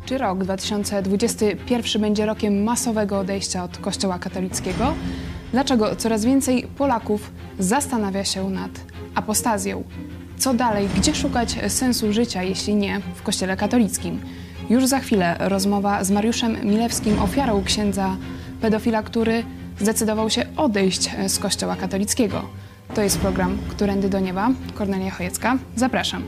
Czy rok 2021 będzie rokiem masowego odejścia od Kościoła katolickiego? Dlaczego coraz więcej Polaków zastanawia się nad apostazją? Co dalej? Gdzie szukać sensu życia, jeśli nie w Kościele katolickim? Już za chwilę rozmowa z Mariuszem Milewskim, ofiarą księdza pedofila, który zdecydował się odejść z Kościoła katolickiego. To jest program Którędy do Nieba. Kornelia Chojecka. Zapraszam.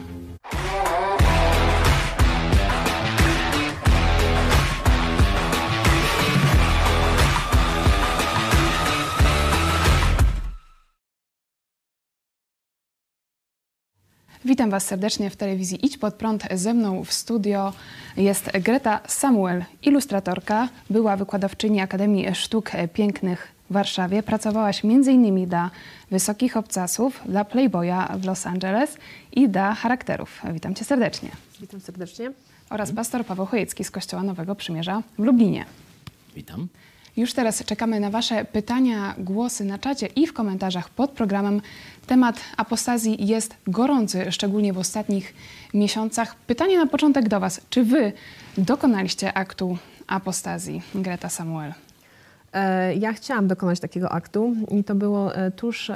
Witam Was serdecznie w telewizji Idź Pod Prąd. Ze mną w studio jest Greta Samuel, ilustratorka, była wykładowczyni Akademii Sztuk Pięknych w Warszawie. Pracowałaś m.in. dla Wysokich Obcasów, dla Playboya w Los Angeles i dla Charakterów. Witam Cię serdecznie. Witam serdecznie. Oraz pastor Paweł Chojecki z Kościoła Nowego Przymierza w Lublinie. Witam. Już teraz czekamy na Wasze pytania, głosy na czacie i w komentarzach pod programem. Temat apostazji jest gorący, szczególnie w ostatnich miesiącach. Pytanie na początek do Was. Czy Wy dokonaliście aktu apostazji? Greta Samuel. Ja chciałam dokonać takiego aktu i to było tuż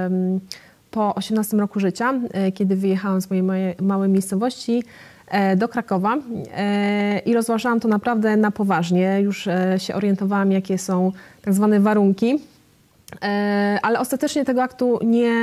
po 18 roku życia, kiedy wyjechałam z mojej małej miejscowości do Krakowa i rozważałam to naprawdę na poważnie. Już się orientowałam, jakie są tak zwane warunki, ale ostatecznie tego aktu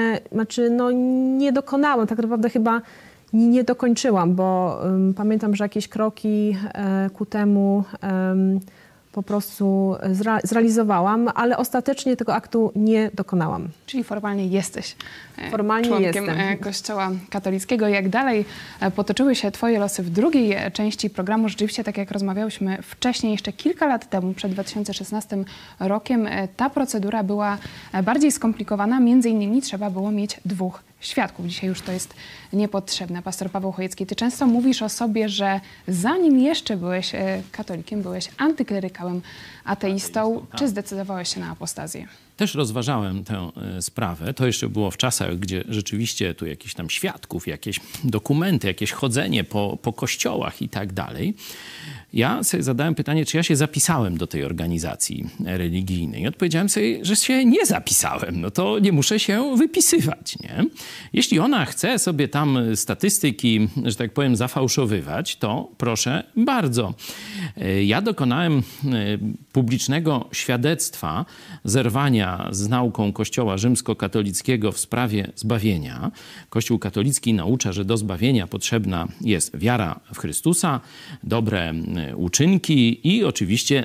nie dokonałam. Tak naprawdę chyba nie dokończyłam, bo pamiętam, że jakieś kroki ku temu po prostu zrealizowałam, ale ostatecznie tego aktu nie dokonałam. Czyli formalnie jesteś członkiem Kościoła katolickiego. Jak dalej potoczyły się Twoje losy w drugiej części programu? Rzeczywiście, tak jak rozmawiałyśmy wcześniej, jeszcze kilka lat temu, przed 2016 rokiem, ta procedura była bardziej skomplikowana. Między innymi trzeba było mieć 2 świadków. Dzisiaj już to jest niepotrzebne. Pastor Paweł Chojecki, Ty często mówisz o sobie, że zanim jeszcze byłeś katolikiem, byłeś antyklerykałem, ateistą. Czy zdecydowałeś się na apostazję? Też rozważałem tę sprawę. To jeszcze było w czasach, gdzie rzeczywiście tu jakichś tam świadków, jakieś dokumenty, jakieś chodzenie po kościołach i tak dalej. Ja sobie zadałem pytanie, czy ja się zapisałem do tej organizacji religijnej. I odpowiedziałem sobie, że się nie zapisałem. No to nie muszę się wypisywać, nie? Jeśli ona chce sobie tam statystyki, że tak powiem, zafałszowywać, to proszę bardzo. Ja dokonałem publicznego świadectwa zerwania z nauką Kościoła rzymskokatolickiego w sprawie zbawienia. Kościół katolicki naucza, że do zbawienia potrzebna jest wiara w Chrystusa, dobre uczynki i oczywiście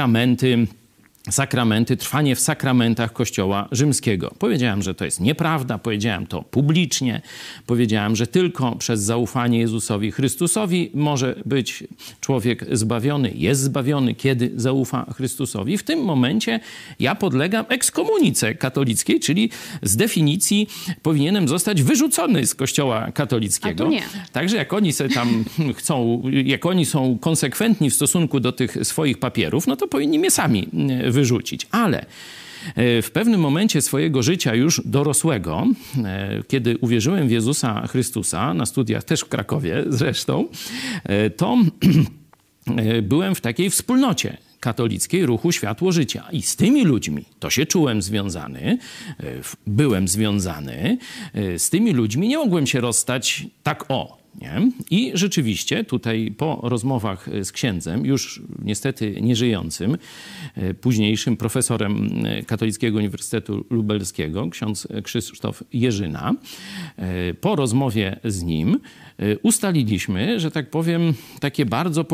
sakramenty, trwanie w sakramentach Kościoła rzymskiego. Powiedziałem, że to jest nieprawda, powiedziałem to publicznie, powiedziałem, że tylko przez zaufanie Jezusowi Chrystusowi może być człowiek zbawiony, jest zbawiony, kiedy zaufa Chrystusowi. W tym momencie ja podlegam ekskomunice katolickiej, czyli z definicji powinienem zostać wyrzucony z Kościoła katolickiego. A tu nie. Także jak oni se tam chcą, jak oni są konsekwentni w stosunku do tych swoich papierów, no to powinni mnie sami wyrzucić. Ale w pewnym momencie swojego życia już dorosłego, kiedy uwierzyłem w Jezusa Chrystusa, na studiach też w Krakowie zresztą, to byłem w takiej wspólnocie katolickiej ruchu Światło Życia. I z tymi ludźmi to się czułem związany, byłem związany. Z tymi ludźmi nie mogłem się rozstać tak o. Nie? I rzeczywiście tutaj po rozmowach z księdzem, już niestety nieżyjącym, późniejszym profesorem Katolickiego Uniwersytetu Lubelskiego, ksiądz Krzysztof Jerzyna, po rozmowie z nim ustaliliśmy, że tak powiem, takie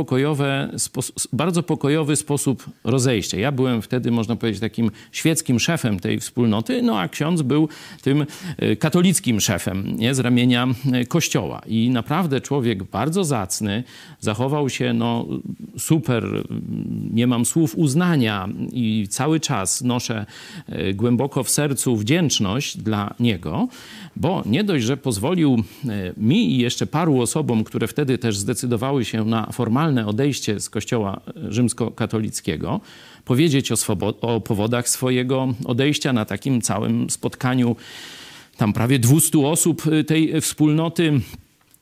bardzo pokojowy sposób rozejścia. Ja byłem wtedy, można powiedzieć, takim świeckim szefem tej wspólnoty, no a ksiądz był tym katolickim szefem, nie, z ramienia Kościoła. I naprawdę człowiek bardzo zacny, zachował się super, nie mam słów uznania i cały czas noszę głęboko w sercu wdzięczność dla niego, bo nie dość, że pozwolił mi i jeszcze paru osobom, które wtedy też zdecydowały się na formalne odejście z Kościoła rzymskokatolickiego, powiedzieć o powodach swojego odejścia na takim całym spotkaniu tam prawie 200 osób tej wspólnoty.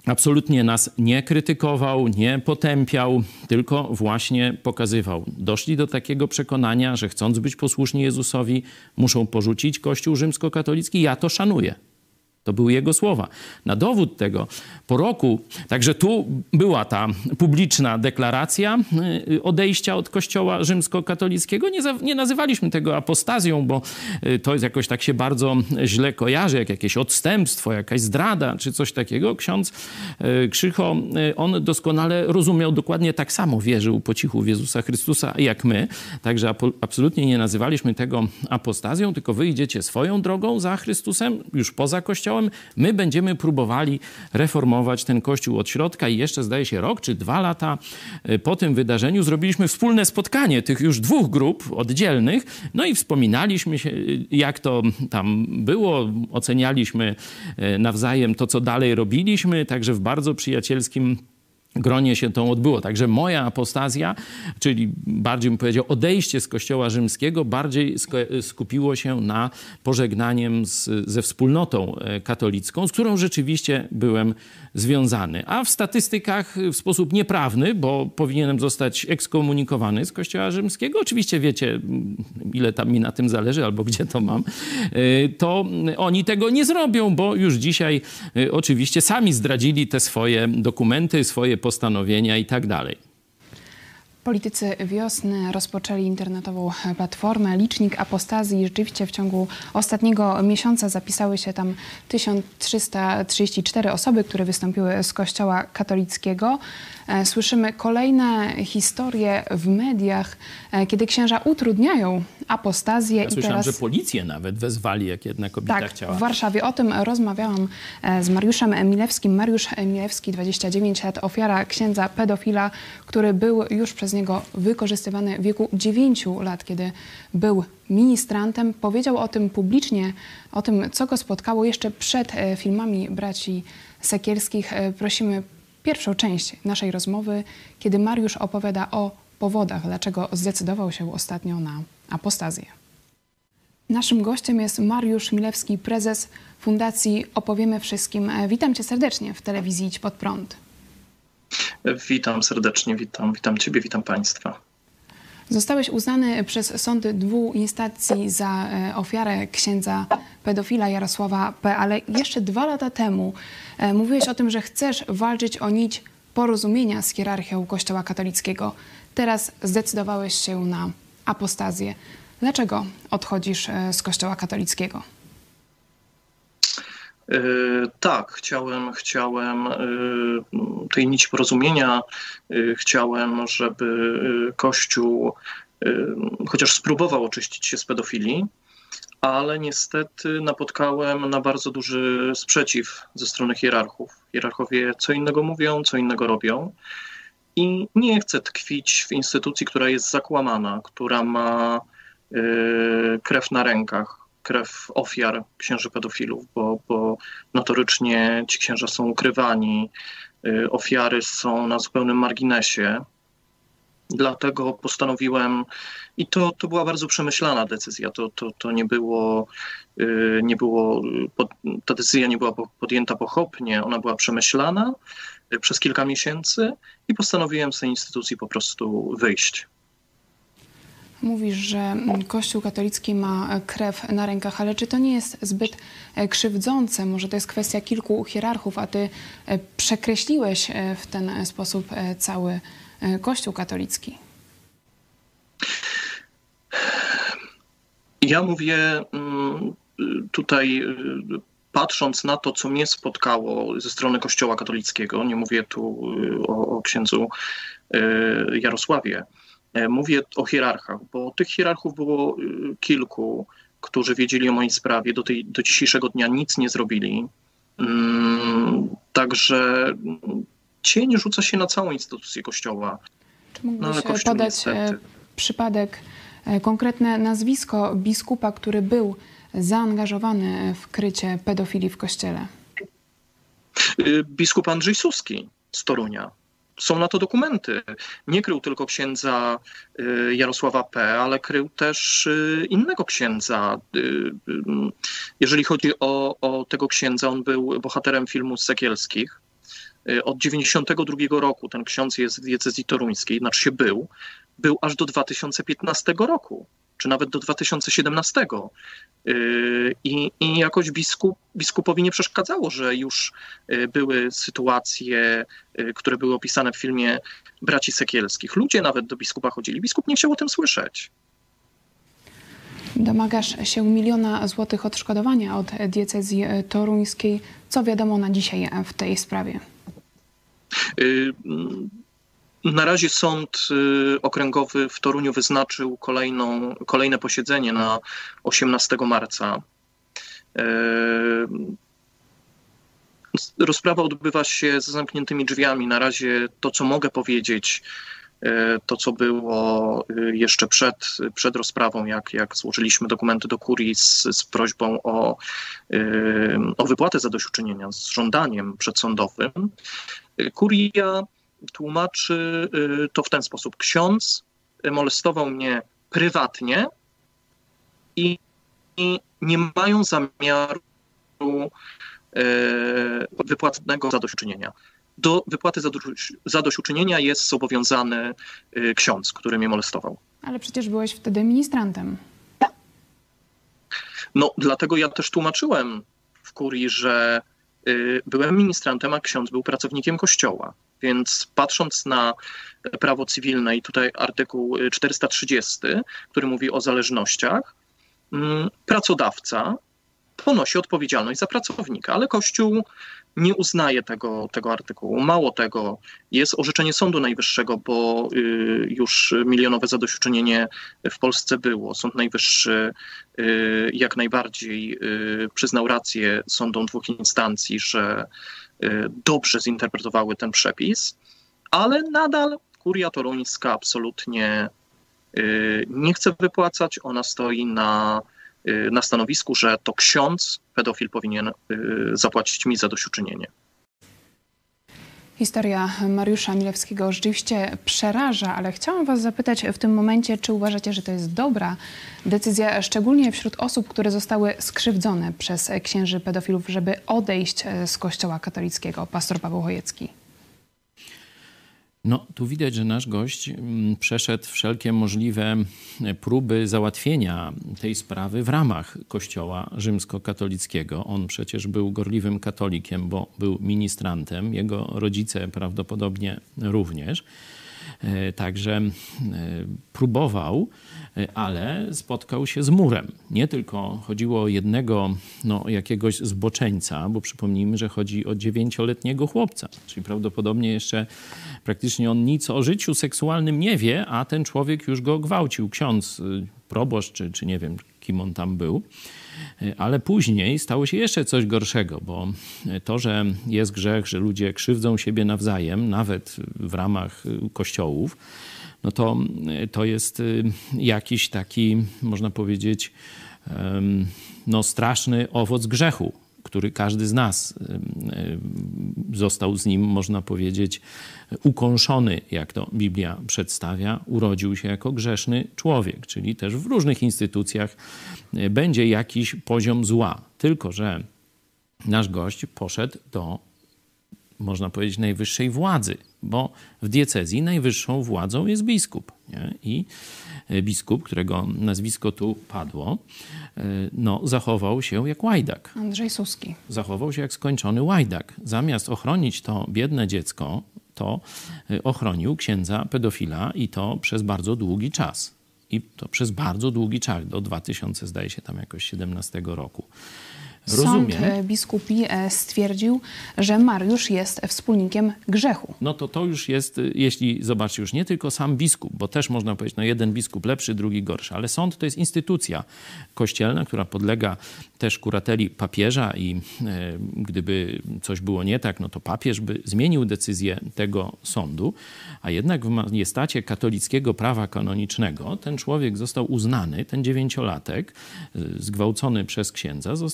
absolutnie nas nie krytykował, nie potępiał, tylko właśnie pokazywał. Doszli do takiego przekonania, że chcąc być posłuszni Jezusowi, muszą porzucić Kościół rzymskokatolicki. Ja to szanuję. To były jego słowa. Na dowód tego po roku, także tu była ta publiczna deklaracja odejścia od Kościoła rzymskokatolickiego. Nie nazywaliśmy tego apostazją, bo to jest jakoś tak się bardzo źle kojarzy, jak jakieś odstępstwo, jakaś zdrada czy coś takiego. Ksiądz Krzycho, on doskonale rozumiał, dokładnie tak samo wierzył po cichu w Jezusa Chrystusa jak my. Także absolutnie nie nazywaliśmy tego apostazją, tylko wy idziecie swoją drogą za Chrystusem, już poza Kościołem. My będziemy próbowali reformować ten Kościół od środka i jeszcze zdaje się rok czy 2 lata po tym wydarzeniu zrobiliśmy wspólne spotkanie tych już 2 grup oddzielnych, no i wspominaliśmy się, jak to tam było, ocenialiśmy nawzajem to, co dalej robiliśmy, także w bardzo przyjacielskim gronie się to odbyło. Także moja apostazja, czyli bardziej bym powiedział odejście z Kościoła rzymskiego, bardziej skupiło się na pożegnaniem ze wspólnotą katolicką, z którą rzeczywiście byłem związany. A w statystykach w sposób nieprawny, bo powinienem zostać ekskomunikowany z Kościoła rzymskiego, oczywiście wiecie, ile tam mi na tym zależy, albo gdzie to mam, to oni tego nie zrobią, bo już dzisiaj oczywiście sami zdradzili te swoje dokumenty, swoje postanowienia i tak dalej. Politycy Wiosny rozpoczęli internetową platformę Licznik Apostazji. Rzeczywiście w ciągu ostatniego miesiąca zapisały się tam 1334 osoby, które wystąpiły z Kościoła katolickiego. Słyszymy kolejne historie w mediach, kiedy księża utrudniają apostazję. Ja słyszałem, że policję nawet wezwali, jak jedna kobieta chciała. Tak, w Warszawie. O tym rozmawiałam z Mariuszem Milewskim. Mariusz Milewski, 29 lat, ofiara księdza pedofila, który był już przez niego wykorzystywany w wieku 9 lat, kiedy był ministrantem. Powiedział o tym publicznie, o tym, co go spotkało jeszcze przed filmami braci Sekielskich. Prosimy pierwszą część naszej rozmowy, kiedy Mariusz opowiada o powodach, dlaczego zdecydował się ostatnio na apostazję. Naszym gościem jest Mariusz Milewski, prezes Fundacji Opowiemy Wszystkim. Witam cię serdecznie w telewizji Idź Pod Prąd. Witam serdecznie, witam ciebie, witam państwa. Zostałeś uznany przez sądy 2 instancji za ofiarę księdza pedofila Jarosława P., ale jeszcze 2 lata temu mówiłeś o tym, że chcesz walczyć o nić porozumienia z hierarchią Kościoła katolickiego. Teraz zdecydowałeś się na apostazję. Dlaczego odchodzisz z Kościoła katolickiego? Tak, chciałem tej nici porozumienia, chciałem, żeby Kościół chociaż spróbował oczyścić się z pedofilii, ale niestety napotkałem na bardzo duży sprzeciw ze strony hierarchów. Hierarchowie co innego mówią, co innego robią i nie chcę tkwić w instytucji, która jest zakłamana, która ma krew na rękach, krew ofiar księży pedofilów, bo notorycznie ci księża są ukrywani, ofiary są na zupełnym marginesie. Dlatego postanowiłem, i to była bardzo przemyślana decyzja, to nie było, ta decyzja nie była podjęta pochopnie, ona była przemyślana przez kilka miesięcy i postanowiłem z tej instytucji po prostu wyjść. Mówisz, że Kościół katolicki ma krew na rękach, ale czy to nie jest zbyt krzywdzące? Może to jest kwestia kilku hierarchów, a ty przekreśliłeś w ten sposób cały Kościół katolicki? Ja mówię tutaj, patrząc na to, co mnie spotkało ze strony Kościoła katolickiego, nie mówię tu o księdzu Jarosławie, mówię o hierarchach, bo tych hierarchów było kilku, którzy wiedzieli o mojej sprawie, do dzisiejszego dnia nic nie zrobili. Także cień rzuca się na całą instytucję Kościoła. Czy mógłbyś podać przypadek, konkretne nazwisko biskupa, który był zaangażowany w krycie pedofilii w Kościele? Biskup Andrzej Suski z Torunia. Są na to dokumenty. Nie krył tylko księdza Jarosława P., ale krył też innego księdza. Jeżeli chodzi o tego księdza, on był bohaterem filmu z Sekielskich. Od 92 roku ten ksiądz jest w diecezji toruńskiej, znaczy się był aż do 2015 roku, czy nawet do 2017. I jakoś biskupowi nie przeszkadzało, że już były sytuacje, które były opisane w filmie Braci Sekielskich. Ludzie nawet do biskupa chodzili. Biskup nie chciał o tym słyszeć. Domagasz się 1 000 000 złotych odszkodowania od diecezji toruńskiej. Co wiadomo na dzisiaj w tej sprawie? Na razie Sąd Okręgowy w Toruniu wyznaczył kolejne posiedzenie na 18 marca. Rozprawa odbywa się za zamkniętymi drzwiami. Na razie to, co mogę powiedzieć, to, co było jeszcze przed rozprawą, jak złożyliśmy dokumenty do kurii z prośbą o wypłatę zadośćuczynienia, z żądaniem przedsądowym. Kuria tłumaczy to w ten sposób. Ksiądz molestował mnie prywatnie i nie mają zamiaru wypłaconego zadośćuczynienia. Do wypłaty zadośćuczynienia jest zobowiązany ksiądz, który mnie molestował. Ale przecież byłeś wtedy ministrantem. No, dlatego ja też tłumaczyłem w kurii, że byłem ministrantem, a ksiądz był pracownikiem Kościoła. Więc patrząc na prawo cywilne i tutaj artykuł 430, który mówi o zależnościach, pracodawca ponosi odpowiedzialność za pracownika, ale Kościół nie uznaje tego artykułu. Mało tego, jest orzeczenie Sądu Najwyższego, bo już milionowe zadośćuczynienie w Polsce było. Sąd Najwyższy jak najbardziej przyznał rację sądom 2 instancji, że dobrze zinterpretowały ten przepis, ale nadal kuria toruńska absolutnie nie chce wypłacać. Ona stoi na stanowisku, że to ksiądz, pedofil, powinien zapłacić mi zadośćuczynienie. Historia Mariusza Milewskiego rzeczywiście przeraża, ale chciałam was zapytać w tym momencie, czy uważacie, że to jest dobra decyzja, szczególnie wśród osób, które zostały skrzywdzone przez księży pedofilów, żeby odejść z Kościoła katolickiego, pastor Paweł Chojecki? No, tu widać, że nasz gość przeszedł wszelkie możliwe próby załatwienia tej sprawy w ramach Kościoła rzymskokatolickiego. On przecież był gorliwym katolikiem, bo był ministrantem. Jego rodzice prawdopodobnie również. Także próbował, ale spotkał się z murem. Nie tylko chodziło o jednego jakiegoś zboczeńca, bo przypomnijmy, że chodzi o 9-letniego chłopca, czyli prawdopodobnie jeszcze praktycznie on nic o życiu seksualnym nie wie, a ten człowiek już go gwałcił. Ksiądz, proboszcz, czy nie wiem, kim on tam był. Ale później stało się jeszcze coś gorszego, bo to, że jest grzech, że ludzie krzywdzą siebie nawzajem, nawet w ramach kościołów, no to jest jakiś taki, można powiedzieć, straszny owoc grzechu, który każdy z nas został z nim, można powiedzieć, ukąszony, jak to Biblia przedstawia, urodził się jako grzeszny człowiek, czyli też w różnych instytucjach będzie jakiś poziom zła. Tylko że nasz gość poszedł do, można powiedzieć, najwyższej władzy, bo w diecezji najwyższą władzą jest biskup. Nie? I biskup, którego nazwisko tu padło, zachował się jak łajdak. Andrzej Suski. Zachował się jak skończony łajdak. Zamiast ochronić to biedne dziecko, to ochronił księdza pedofila i to przez bardzo długi czas. I to przez bardzo długi czas, do 2000, zdaje się, tam jakoś 17 roku. Sąd biskupi stwierdził, że Mariusz jest wspólnikiem grzechu. No to już jest, jeśli zobaczy, już nie tylko sam biskup, bo też można powiedzieć, jeden biskup lepszy, drugi gorszy, ale sąd to jest instytucja kościelna, która podlega też kurateli papieża i gdyby coś było nie tak, no to papież by zmienił decyzję tego sądu, a jednak w majestacie katolickiego prawa kanonicznego ten człowiek został uznany, ten 9-latek zgwałcony przez księdza został uznany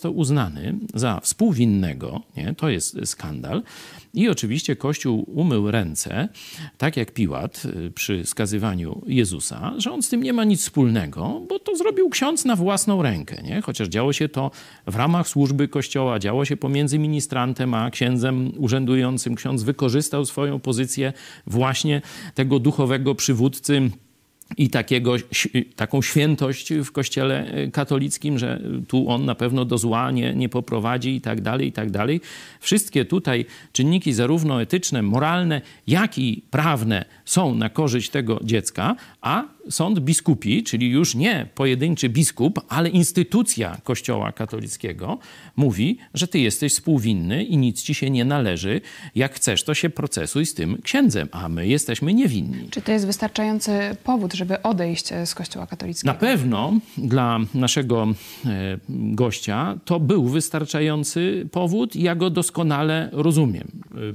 uznany za współwinnego, nie? To jest skandal. I oczywiście Kościół umył ręce, tak jak Piłat przy skazywaniu Jezusa, że on z tym nie ma nic wspólnego, bo to zrobił ksiądz na własną rękę, nie? Chociaż działo się to w ramach służby Kościoła, działo się pomiędzy ministrantem a księdzem urzędującym. Ksiądz wykorzystał swoją pozycję właśnie tego duchowego przywódcy i taką świętość w Kościele katolickim, że tu on na pewno do zła nie poprowadzi i tak dalej, i tak dalej. Wszystkie tutaj czynniki zarówno etyczne, moralne, jak i prawne są na korzyść tego dziecka, a sąd biskupi, czyli już nie pojedynczy biskup, ale instytucja Kościoła katolickiego mówi, że ty jesteś współwinny i nic ci się nie należy. Jak chcesz, to się procesuj z tym księdzem, a my jesteśmy niewinni. Czy to jest wystarczający powód, żeby odejść z Kościoła katolickiego? Na pewno dla naszego gościa to był wystarczający powód i ja go doskonale rozumiem.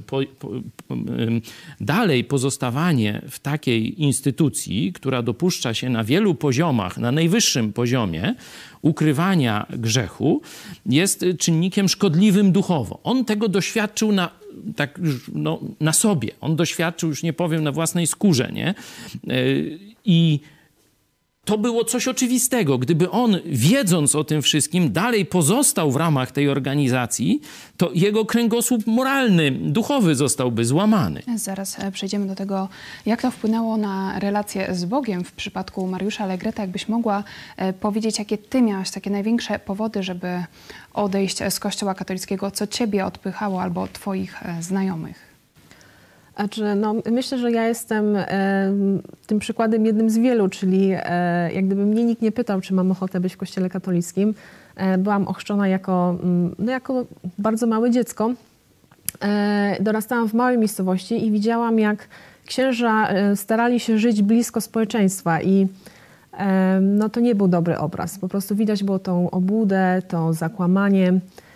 Dalej pozostawanie w takiej instytucji, która dopuszcza się na wielu poziomach, na najwyższym poziomie ukrywania grzechu, jest czynnikiem szkodliwym duchowo. On tego doświadczył na sobie. On doświadczył, już nie powiem, na własnej skórze, nie? I to było coś oczywistego. Gdyby on, wiedząc o tym wszystkim, dalej pozostał w ramach tej organizacji, to jego kręgosłup moralny, duchowy zostałby złamany. Zaraz przejdziemy do tego, jak to wpłynęło na relacje z Bogiem w przypadku Mariusza Allegreta. Jakbyś mogła powiedzieć, jakie ty miałaś takie największe powody, żeby odejść z Kościoła katolickiego, co ciebie odpychało albo twoich znajomych? Znaczy, no, myślę, że ja jestem tym przykładem jednym z wielu, czyli jak gdyby mnie nikt nie pytał, czy mam ochotę być w Kościele katolickim. Byłam ochrzczona jako bardzo małe dziecko. Dorastałam w małej miejscowości i widziałam, jak księża starali się żyć blisko społeczeństwa i no, to nie był dobry obraz. Po prostu widać było tą obłudę, to zakłamanie.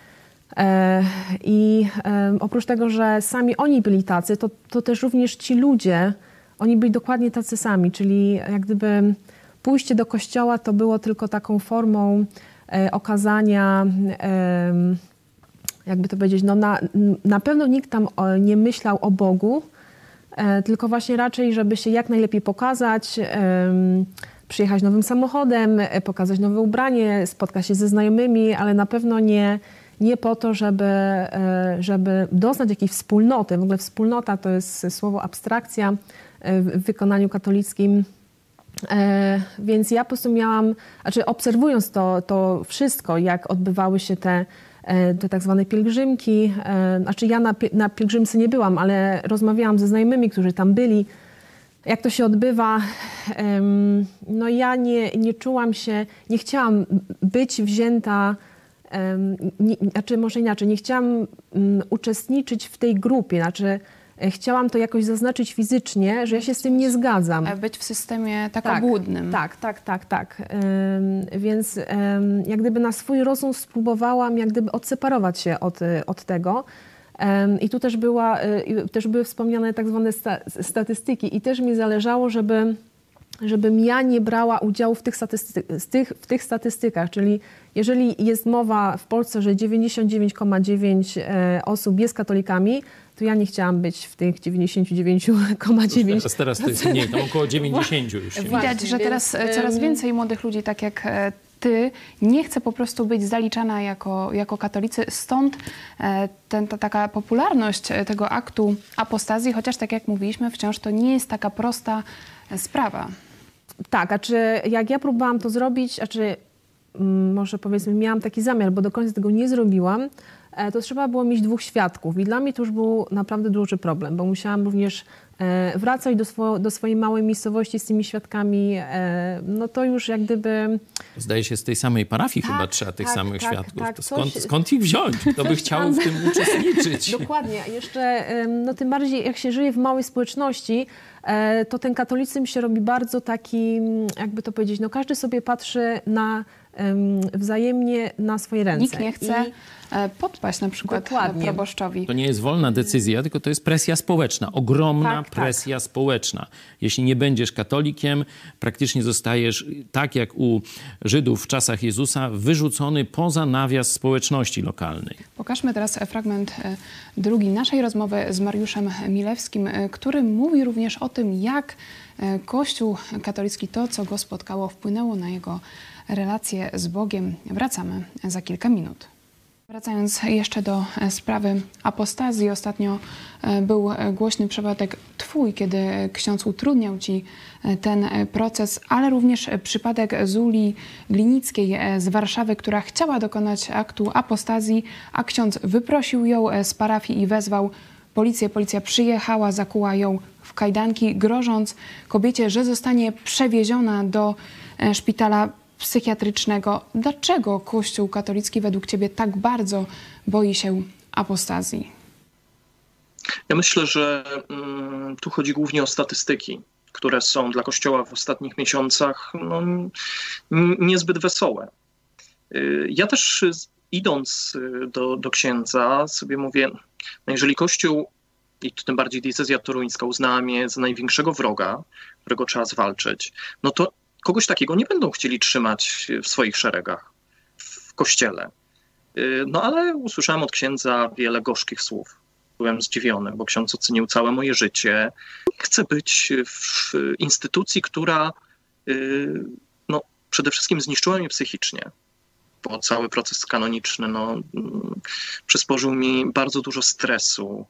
I oprócz tego, że sami oni byli tacy, to też również ci ludzie, oni byli dokładnie tacy sami, czyli jak gdyby pójście do kościoła to było tylko taką formą okazania, jakby to powiedzieć, no na pewno nikt tam nie myślał o Bogu, tylko właśnie raczej, żeby się jak najlepiej pokazać, przyjechać nowym samochodem, pokazać nowe ubranie, spotkać się ze znajomymi, ale na pewno nie po to, żeby doznać jakiejś wspólnoty. W ogóle wspólnota to jest słowo abstrakcja w wykonaniu katolickim. Więc ja po prostu obserwując to wszystko, jak odbywały się te tak zwane pielgrzymki, ja na pielgrzymce nie byłam, ale rozmawiałam ze znajomymi, którzy tam byli, jak to się odbywa. No ja nie czułam się, nie chciałam być wzięta, może inaczej, nie chciałam uczestniczyć w tej grupie, chciałam to jakoś zaznaczyć fizycznie, że ja się z tym nie zgadzam. Być w systemie obłudnym. Tak. Więc jak gdyby na swój rozum spróbowałam jak gdyby odseparować się od tego. I tu też były wspomniane tak zwane statystyki i też mi zależało, żebym ja nie brała udziału w tych statystykach, czyli jeżeli jest mowa w Polsce, że 99,9 osób jest katolikami, to ja nie chciałam być w tych 99,9. Teraz to jest mniej, tam około 90 już. Widać, że teraz coraz więcej młodych ludzi, tak jak ty, nie chce po prostu być zaliczana jako katolicy. Stąd ta taka popularność tego aktu apostazji, chociaż tak jak mówiliśmy, wciąż to nie jest taka prosta sprawa. Tak, jak ja próbowałam to zrobić, może powiedzmy miałam taki zamiar, bo do końca tego nie zrobiłam, to trzeba było mieć 2 świadków i dla mnie to już był naprawdę duży problem, bo musiałam również wracać do swojej małej miejscowości z tymi świadkami, no to już jak gdyby... Zdaje się, z tej samej parafii chyba trzeba tych samych świadków. Skąd ich wziąć? Kto by chciał w tym uczestniczyć? Dokładnie. Jeszcze no tym bardziej jak się żyje w małej społeczności, to ten katolicyzm się robi bardzo taki, jakby to powiedzieć, no każdy sobie patrzy wzajemnie na swoje ręce. Nikt nie chce podpaść na przykład proboszczowi. To nie jest wolna decyzja, tylko to jest presja społeczna, ogromna presja społeczna. Jeśli nie będziesz katolikiem, praktycznie zostajesz, tak jak u Żydów w czasach Jezusa, wyrzucony poza nawias społeczności lokalnej. Pokażmy teraz fragment drugi naszej rozmowy z Mariuszem Milewskim, który mówi również o tym, jak Kościół katolicki, to co go spotkało, wpłynęło na jego relacje z Bogiem. Wracamy za kilka minut. Wracając jeszcze do sprawy apostazji, ostatnio był głośny przypadek twój, kiedy ksiądz utrudniał ci ten proces, ale również przypadek Zuli Glinickiej z Warszawy, która chciała dokonać aktu apostazji, a ksiądz wyprosił ją z parafii i wezwał policję. Policja przyjechała, zakuła ją w kajdanki, grożąc kobiecie, że zostanie przewieziona do szpitala psychiatrycznego. Dlaczego Kościół katolicki według ciebie tak bardzo boi się apostazji? Ja myślę, że tu chodzi głównie o statystyki, które są dla Kościoła w ostatnich miesiącach niezbyt wesołe. Ja też idąc do księdza sobie mówię, no jeżeli Kościół i tym bardziej diecezja toruńska uznała mnie za największego wroga, którego trzeba zwalczyć, no to kogoś takiego nie będą chcieli trzymać w swoich szeregach, w kościele. No ale usłyszałem od księdza wiele gorzkich słów. Byłem zdziwiony, bo ksiądz ocenił całe moje życie. Nie chcę być w instytucji, która przede wszystkim zniszczyła mnie psychicznie. Bo cały proces kanoniczny przysporzył mi bardzo dużo stresu.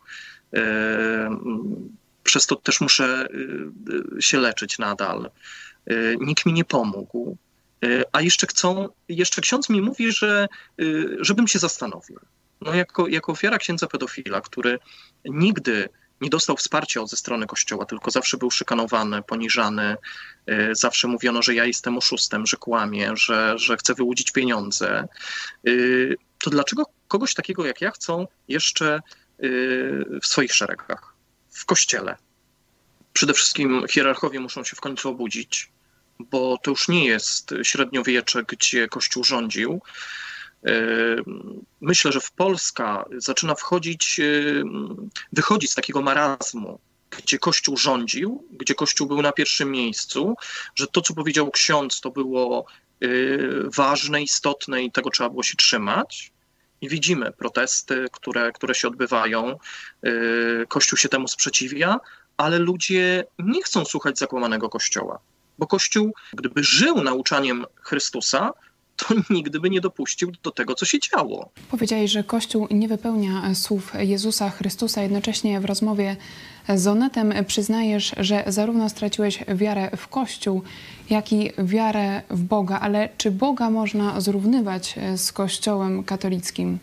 Przez to też muszę się leczyć nadal. Nikt mi nie pomógł. A jeszcze ksiądz mi mówi, żebym się zastanowił. No jako ofiara księdza pedofila, który nigdy nie dostał wsparcia ze strony Kościoła, tylko zawsze był szykanowany, poniżany, zawsze mówiono, że ja jestem oszustem, że kłamię, że chcę wyłudzić pieniądze, to dlaczego kogoś takiego jak ja chcą jeszcze w swoich szeregach, w Kościele? Przede wszystkim hierarchowie muszą się w końcu obudzić, bo to już nie jest średniowiecze, gdzie Kościół rządził. Myślę, że Polska zaczyna wychodzić z takiego marazmu, gdzie Kościół rządził, gdzie Kościół był na pierwszym miejscu, że to, co powiedział ksiądz, to było ważne, istotne i tego trzeba było się trzymać. I widzimy protesty, które się odbywają. Kościół się temu sprzeciwia, ale ludzie nie chcą słuchać zakłamanego Kościoła. Bo Kościół, gdyby żył nauczaniem Chrystusa, to nigdy by nie dopuścił do tego, co się działo. Powiedziałeś, że Kościół nie wypełnia słów Jezusa Chrystusa. Jednocześnie w rozmowie z Onetem przyznajesz, że zarówno straciłeś wiarę w Kościół, jak i wiarę w Boga. Ale czy Boga można zrównywać z Kościołem katolickim?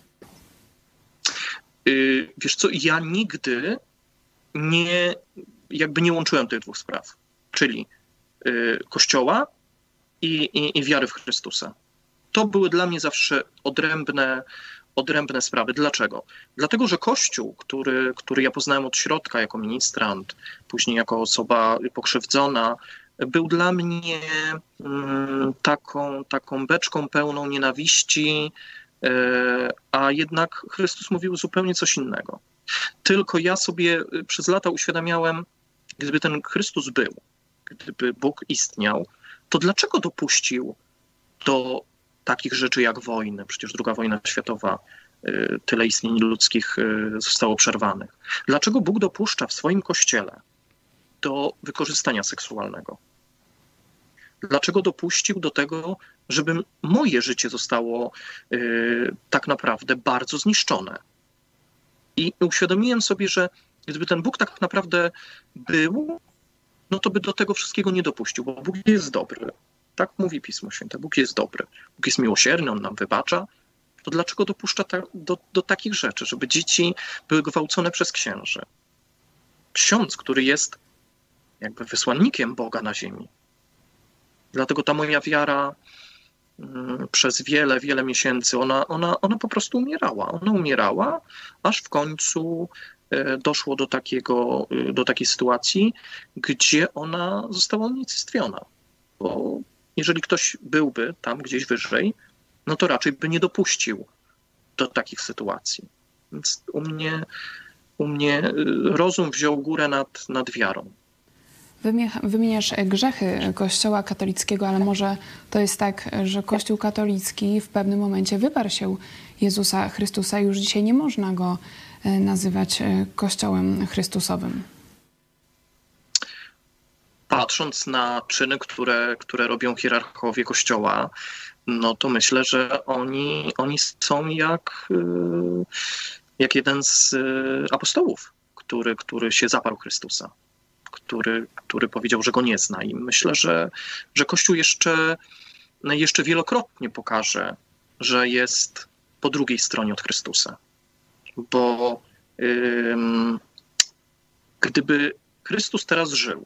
Wiesz co, ja nigdy nie łączyłem tych dwóch spraw. Czyli Kościoła i wiary w Chrystusa. To były dla mnie zawsze odrębne sprawy. Dlaczego? Dlatego, że Kościół, który ja poznałem od środka jako ministrant, później jako osoba pokrzywdzona, był dla mnie taką beczką pełną nienawiści, a jednak Chrystus mówił zupełnie coś innego. Tylko ja sobie przez lata uświadamiałem, gdyby ten Chrystus był, gdyby Bóg istniał, to dlaczego dopuścił do takich rzeczy jak wojny? Przecież II wojna światowa, tyle istnień ludzkich zostało przerwanych. Dlaczego Bóg dopuszcza w swoim Kościele do wykorzystania seksualnego? Dlaczego dopuścił do tego, żeby moje życie zostało tak naprawdę bardzo zniszczone? I uświadomiłem sobie, że gdyby ten Bóg tak naprawdę był, no to by do tego wszystkiego nie dopuścił, bo Bóg jest dobry. Tak mówi Pismo Święte. Bóg jest dobry. Bóg jest miłosierny, On nam wybacza. To dlaczego dopuszcza do takich rzeczy, żeby dzieci były gwałcone przez księży? Ksiądz, który jest jakby wysłannikiem Boga na ziemi. Dlatego ta moja wiara przez wiele miesięcy, ona po prostu umierała. Ona umierała, aż w końcu doszło do takiej sytuacji, gdzie ona została unicestwiona. Bo jeżeli ktoś byłby tam gdzieś wyżej, no to raczej by nie dopuścił do takich sytuacji. Więc u mnie u mnie rozum wziął górę nad wiarą. Wymieniasz grzechy Kościoła katolickiego, ale może to jest tak, że Kościół katolicki w pewnym momencie wyparł się Jezusa Chrystusa i już dzisiaj nie można go nazywać Kościołem Chrystusowym. Patrząc na czyny, które robią hierarchowie Kościoła, no to myślę, że oni są jak jeden z apostołów, który się zaparł Chrystusa, który powiedział, że go nie zna. I myślę, że Kościół jeszcze wielokrotnie pokaże, że jest po drugiej stronie od Chrystusa. Bo gdyby Chrystus teraz żył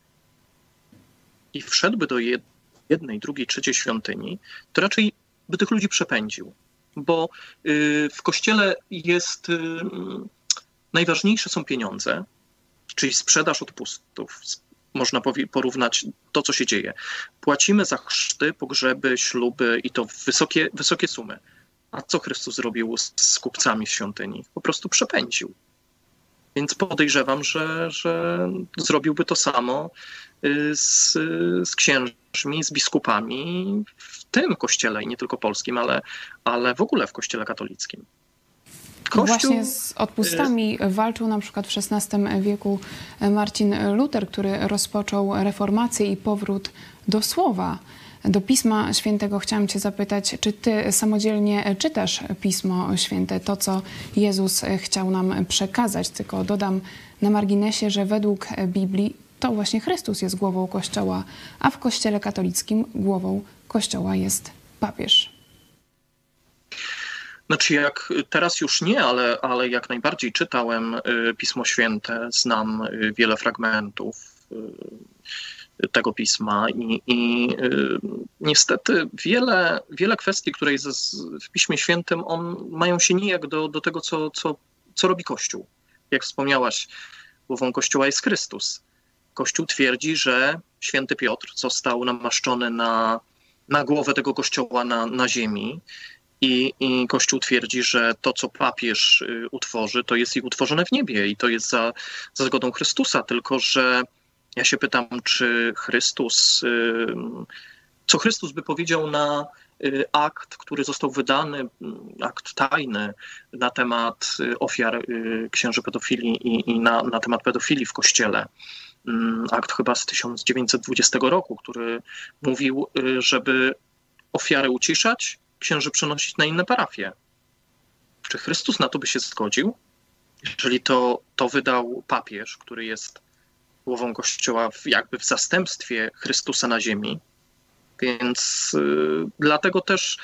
i wszedłby do jednej, drugiej, trzeciej świątyni, to raczej by tych ludzi przepędził. Bo w Kościele najważniejsze są pieniądze, czyli sprzedaż odpustów. Można porównać to, co się dzieje. Płacimy za chrzty, pogrzeby, śluby i to wysokie sumy. A co Chrystus zrobił z kupcami w świątyni? Po prostu przepędził. Więc podejrzewam, że zrobiłby to samo z księżmi, z biskupami w tym kościele, i nie tylko polskim, ale w ogóle w kościele katolickim. Właśnie z odpustami walczył na przykład w XVI wieku Marcin Luter, który rozpoczął reformację i powrót do słowa, do Pisma Świętego. Chciałam cię zapytać, czy ty samodzielnie czytasz Pismo Święte, to co Jezus chciał nam przekazać? Tylko dodam na marginesie, że według Biblii to właśnie Chrystus jest głową Kościoła, a w Kościele katolickim głową Kościoła jest papież. Znaczy teraz już nie, ale jak najbardziej czytałem Pismo Święte, znam wiele fragmentów tego pisma i niestety wiele kwestii, które jest w Piśmie Świętym, mają się nijak do tego, co robi Kościół. Jak wspomniałaś, głową Kościoła jest Chrystus. Kościół twierdzi, że święty Piotr został namaszczony na głowę tego Kościoła na ziemi. I Kościół twierdzi, że to, co papież utworzy, to jest i utworzone w niebie i to jest za zgodą Chrystusa. Tylko że ja się pytam, co Chrystus by powiedział na akt, który został wydany, akt tajny na temat ofiar księży pedofilii i na temat pedofilii w Kościele. Akt chyba z 1920 roku, który mówił, żeby ofiarę uciszać, księży przenosić na inne parafie. Czy Chrystus na to by się zgodził? Jeżeli to wydał papież, który jest głową Kościoła jakby w zastępstwie Chrystusa na ziemi. Więc dlatego też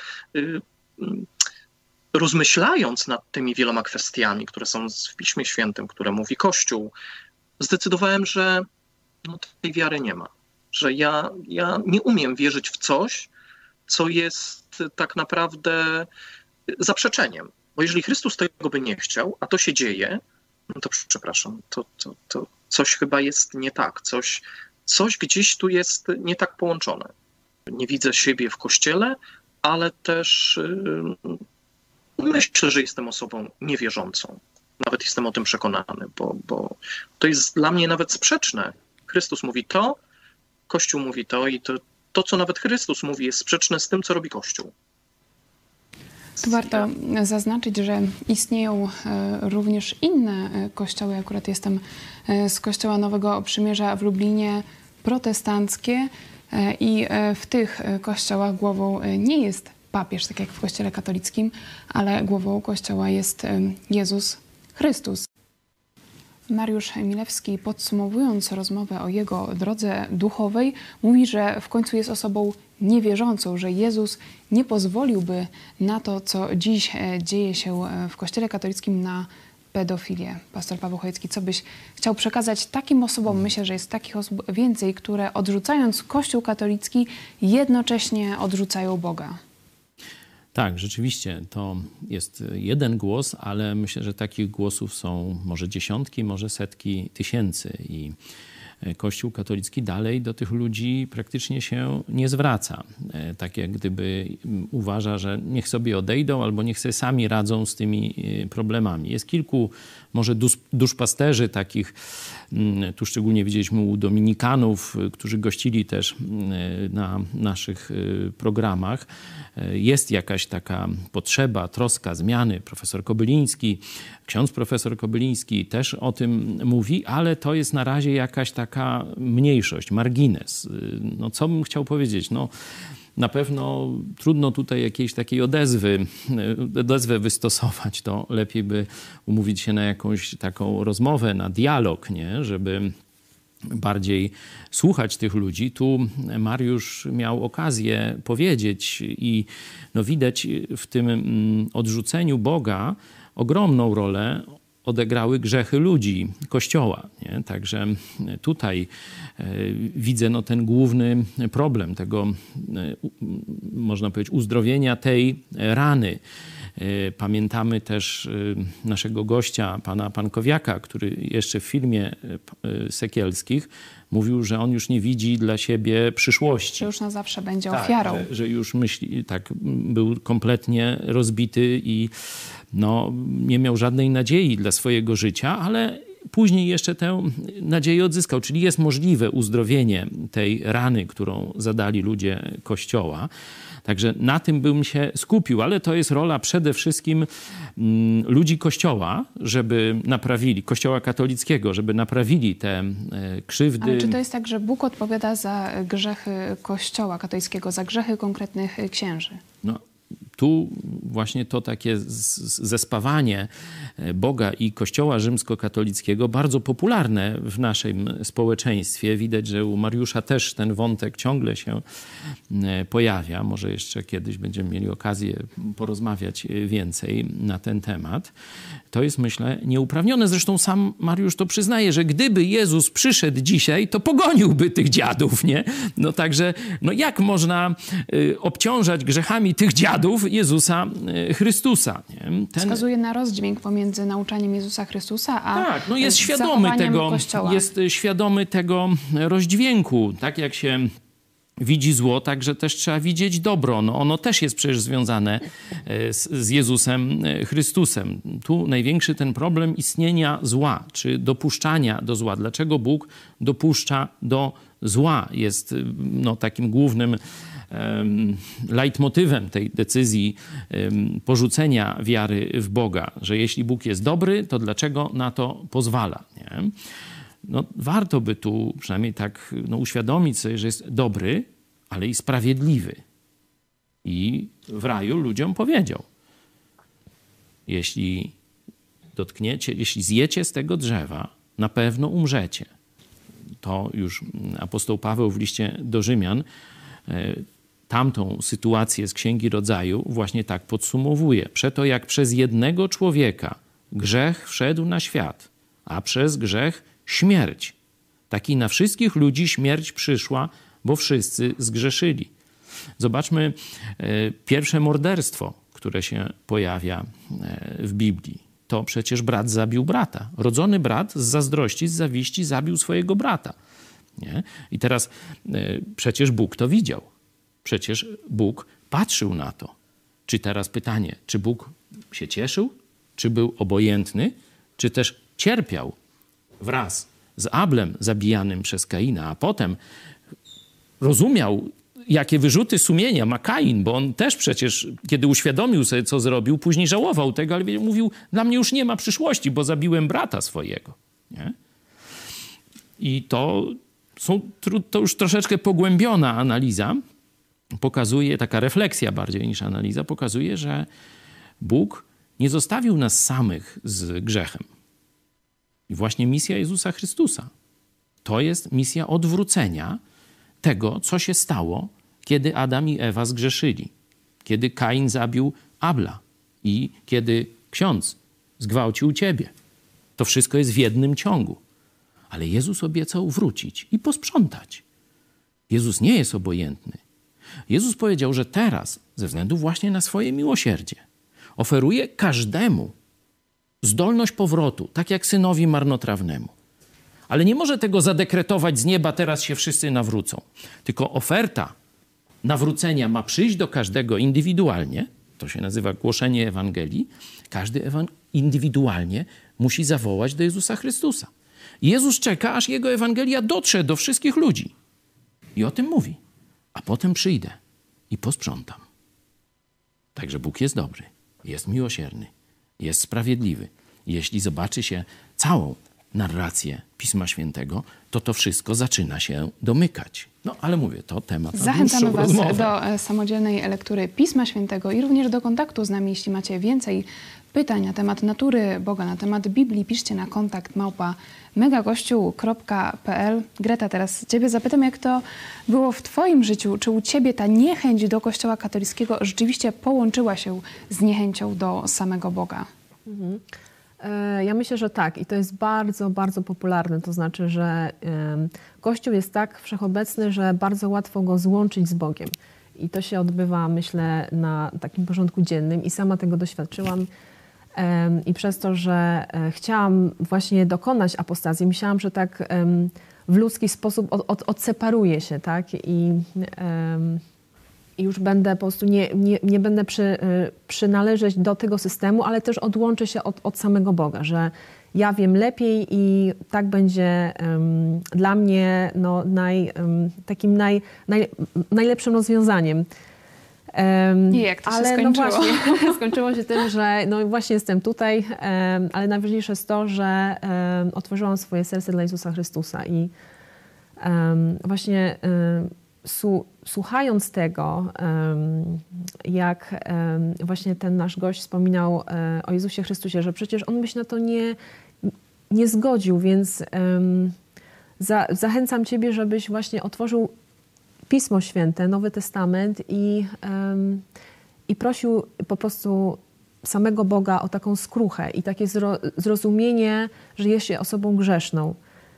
rozmyślając nad tymi wieloma kwestiami, które są w Piśmie Świętym, które mówi Kościół, zdecydowałem, że tej wiary nie ma. Że ja nie umiem wierzyć w coś, co jest tak naprawdę zaprzeczeniem. Bo jeżeli Chrystus tego by nie chciał, a to się dzieje, no to przepraszam, to coś chyba jest nie tak. Coś gdzieś tu jest nie tak połączone. Nie widzę siebie w Kościele, ale też myślę, że jestem osobą niewierzącą. Nawet jestem o tym przekonany, bo to jest dla mnie nawet sprzeczne. Chrystus mówi to, Kościół mówi to i to, co nawet Chrystus mówi, jest sprzeczne z tym, co robi Kościół. Tu warto zaznaczyć, że istnieją również inne kościoły. Akurat jestem z Kościoła Nowego Przymierza w Lublinie, protestanckie i w tych kościołach głową nie jest papież, tak jak w Kościele katolickim, ale głową Kościoła jest Jezus Chrystus. Mariusz Milewski, podsumowując rozmowę o jego drodze duchowej, mówi, że w końcu jest osobą niewierzącą, że Jezus nie pozwoliłby na to, co dziś dzieje się w Kościele katolickim, na pedofilię. Pastor Paweł Chojecki, co byś chciał przekazać takim osobom? Myślę, że jest takich osób więcej, które odrzucając Kościół katolicki jednocześnie odrzucają Boga. Tak, rzeczywiście to jest jeden głos, ale myślę, że takich głosów są może dziesiątki, może setki tysięcy. I Kościół katolicki dalej do tych ludzi praktycznie się nie zwraca. Tak jak gdyby uważa, że niech sobie odejdą albo niech sobie sami radzą z tymi problemami. Jest kilku może duszpasterzy takich, tu szczególnie widzieliśmy u dominikanów, którzy gościli też na naszych programach. Jest jakaś taka potrzeba, troska, zmiany. Profesor Kobyliński, ksiądz profesor Kobyliński też o tym mówi, ale to jest na razie jakaś taka mniejszość, margines. No co bym chciał powiedzieć? No, na pewno trudno tutaj jakiejś takiej odezwę wystosować. To lepiej by umówić się na jakąś taką rozmowę, na dialog, nie? Żeby bardziej słuchać tych ludzi. Tu Mariusz miał okazję powiedzieć i no widać w tym odrzuceniu Boga ogromną rolę odegrały grzechy ludzi, Kościoła. Nie? Także tutaj widzę no, ten główny problem tego, można powiedzieć, uzdrowienia tej rany. Pamiętamy też naszego gościa, pana Pankowiaka, który jeszcze w filmie Sekielskich mówił, że on już nie widzi dla siebie przyszłości. Że już na zawsze będzie ofiarą. Że już myśli, tak, był kompletnie rozbity i no, nie miał żadnej nadziei dla swojego życia, ale później jeszcze tę nadzieję odzyskał. Czyli jest możliwe uzdrowienie tej rany, którą zadali ludzie Kościoła. Także na tym bym się skupił, ale to jest rola przede wszystkim ludzi Kościoła, żeby naprawili, Kościoła katolickiego, żeby naprawili te krzywdy. Ale czy to jest tak, że Bóg odpowiada za grzechy Kościoła katolickiego, za grzechy konkretnych księży? No, tu właśnie to takie zespawanie Boga i Kościoła rzymskokatolickiego bardzo popularne w naszym społeczeństwie. Widać, że u Mariusza też ten wątek ciągle się pojawia. Może jeszcze kiedyś będziemy mieli okazję porozmawiać więcej na ten temat. To jest, myślę, nieuprawnione. Zresztą sam Mariusz to przyznaje, że gdyby Jezus przyszedł dzisiaj, to pogoniłby tych dziadów, nie? No także, no jak można obciążać grzechami tych dziadów Jezusa Chrystusa? Nie? Wskazuje na rozdźwięk pomiędzy nauczaniem Jezusa Chrystusa a tak, no jest świadomy tego, Kościoła. Jest świadomy tego rozdźwięku. Tak jak się widzi zło, także też trzeba widzieć dobro. No ono też jest przecież związane z Jezusem Chrystusem. Tu największy ten problem istnienia zła, czy dopuszczania do zła. Dlaczego Bóg dopuszcza do zła? Jest no, takim głównym leitmotywem tej decyzji porzucenia wiary w Boga, że jeśli Bóg jest dobry, to dlaczego na to pozwala? Nie? No, warto by tu przynajmniej tak no, uświadomić sobie, że jest dobry, ale i sprawiedliwy. I w raju ludziom powiedział, jeśli zjecie z tego drzewa, na pewno umrzecie. To już apostoł Paweł w liście do Rzymian tamtą sytuację z Księgi Rodzaju właśnie tak podsumowuje. Przeto jak przez jednego człowieka grzech wszedł na świat, a przez grzech śmierć. Tak i na wszystkich ludzi śmierć przyszła, bo wszyscy zgrzeszyli. Zobaczmy pierwsze morderstwo, które się pojawia w Biblii. To przecież brat zabił brata. Rodzony brat z zazdrości, z zawiści zabił swojego brata. Nie? I teraz przecież Bóg to widział. Przecież Bóg patrzył na to. Czy teraz pytanie, czy Bóg się cieszył? Czy był obojętny? Czy też cierpiał wraz z Ablem zabijanym przez Kaina, a potem rozumiał, jakie wyrzuty sumienia ma Kain, bo on też przecież, kiedy uświadomił sobie, co zrobił, później żałował tego, ale mówił, dla mnie już nie ma przyszłości, bo zabiłem brata swojego. Nie? I to już troszeczkę pogłębiona analiza pokazuje, taka refleksja bardziej niż analiza, pokazuje, że Bóg nie zostawił nas samych z grzechem. I właśnie misja Jezusa Chrystusa to jest misja odwrócenia tego, co się stało, kiedy Adam i Ewa zgrzeszyli. Kiedy Kain zabił Abla i kiedy ksiądz zgwałcił ciebie. To wszystko jest w jednym ciągu. Ale Jezus obiecał wrócić i posprzątać. Jezus nie jest obojętny. Jezus powiedział, że teraz, ze względu właśnie na swoje miłosierdzie, oferuje każdemu zdolność powrotu, tak jak synowi marnotrawnemu. Ale nie może tego zadekretować z nieba, teraz się wszyscy nawrócą. Tylko oferta nawrócenia ma przyjść do każdego indywidualnie. To się nazywa głoszenie Ewangelii. Każdy indywidualnie musi zawołać do Jezusa Chrystusa. Jezus czeka, aż Jego Ewangelia dotrze do wszystkich ludzi. I o tym mówi. A potem przyjdę i posprzątam. Także Bóg jest dobry, jest miłosierny, jest sprawiedliwy. Jeśli zobaczy się całą narrację Pisma Świętego, to wszystko zaczyna się domykać. No, ale mówię, to temat na Zachęcamy dłuższą Was rozmowę. do samodzielnej lektury Pisma Świętego i również do kontaktu z nami, jeśli macie więcej pytań na temat natury Boga, na temat Biblii, piszcie na kontakt@megakościół.pl. Greta, teraz Ciebie zapytam, jak to było w Twoim życiu? Czy u Ciebie ta niechęć do Kościoła katolickiego rzeczywiście połączyła się z niechęcią do samego Boga? Ja myślę, że tak. I to jest bardzo, bardzo popularne. To znaczy, że Kościół jest tak wszechobecny, że bardzo łatwo go złączyć z Bogiem. I to się odbywa, myślę, na takim porządku dziennym. I sama tego doświadczyłam. I przez to, że chciałam właśnie dokonać apostazji, myślałam, że tak w ludzki sposób odseparuję się, tak? I już będę po prostu nie będę przynależeć do tego systemu, ale też odłączę się od samego Boga, że ja wiem lepiej i tak będzie dla mnie no, najlepszym rozwiązaniem. I jak to się ale skończyło? No właśnie, skończyło się tym, że no właśnie jestem tutaj, ale najważniejsze jest to, że otworzyłam swoje serce dla Jezusa Chrystusa i właśnie słuchając tego, jak właśnie ten nasz gość wspominał o Jezusie Chrystusie, że przecież on by się na to nie zgodził, więc zachęcam Ciebie, żebyś właśnie otworzył Pismo Święte, Nowy Testament i prosił po prostu samego Boga o taką skruchę i takie zrozumienie, że jest się osobą grzeszną.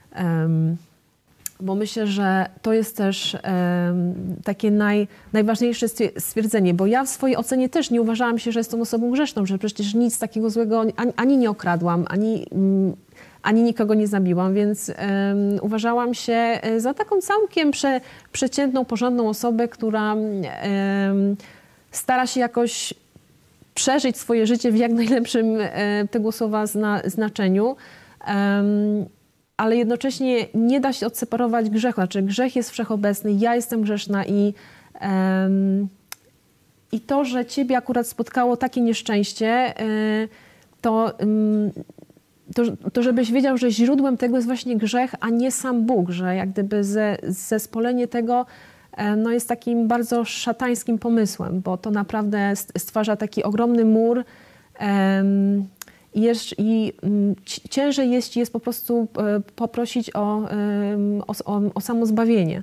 Bo myślę, że to jest też takie najważniejsze stwierdzenie, bo ja w swojej ocenie też nie uważałam się, że jestem osobą grzeszną, że przecież nic takiego złego ani nie okradłam, ani nikogo nie zabiłam, więc uważałam się za taką całkiem przeciętną, porządną osobę, która stara się jakoś przeżyć swoje życie w jak najlepszym tego słowa znaczeniu. Ale jednocześnie nie da się odseparować grzechu. Znaczy grzech jest wszechobecny, ja jestem grzeszna i to, że Ciebie akurat spotkało takie nieszczęście, to żebyś wiedział, że źródłem tego jest właśnie grzech, a nie sam Bóg, że jak gdyby zespolenie tego no jest takim bardzo szatańskim pomysłem, bo to naprawdę stwarza taki ogromny mur i ciężej jest po prostu poprosić o samozbawienie.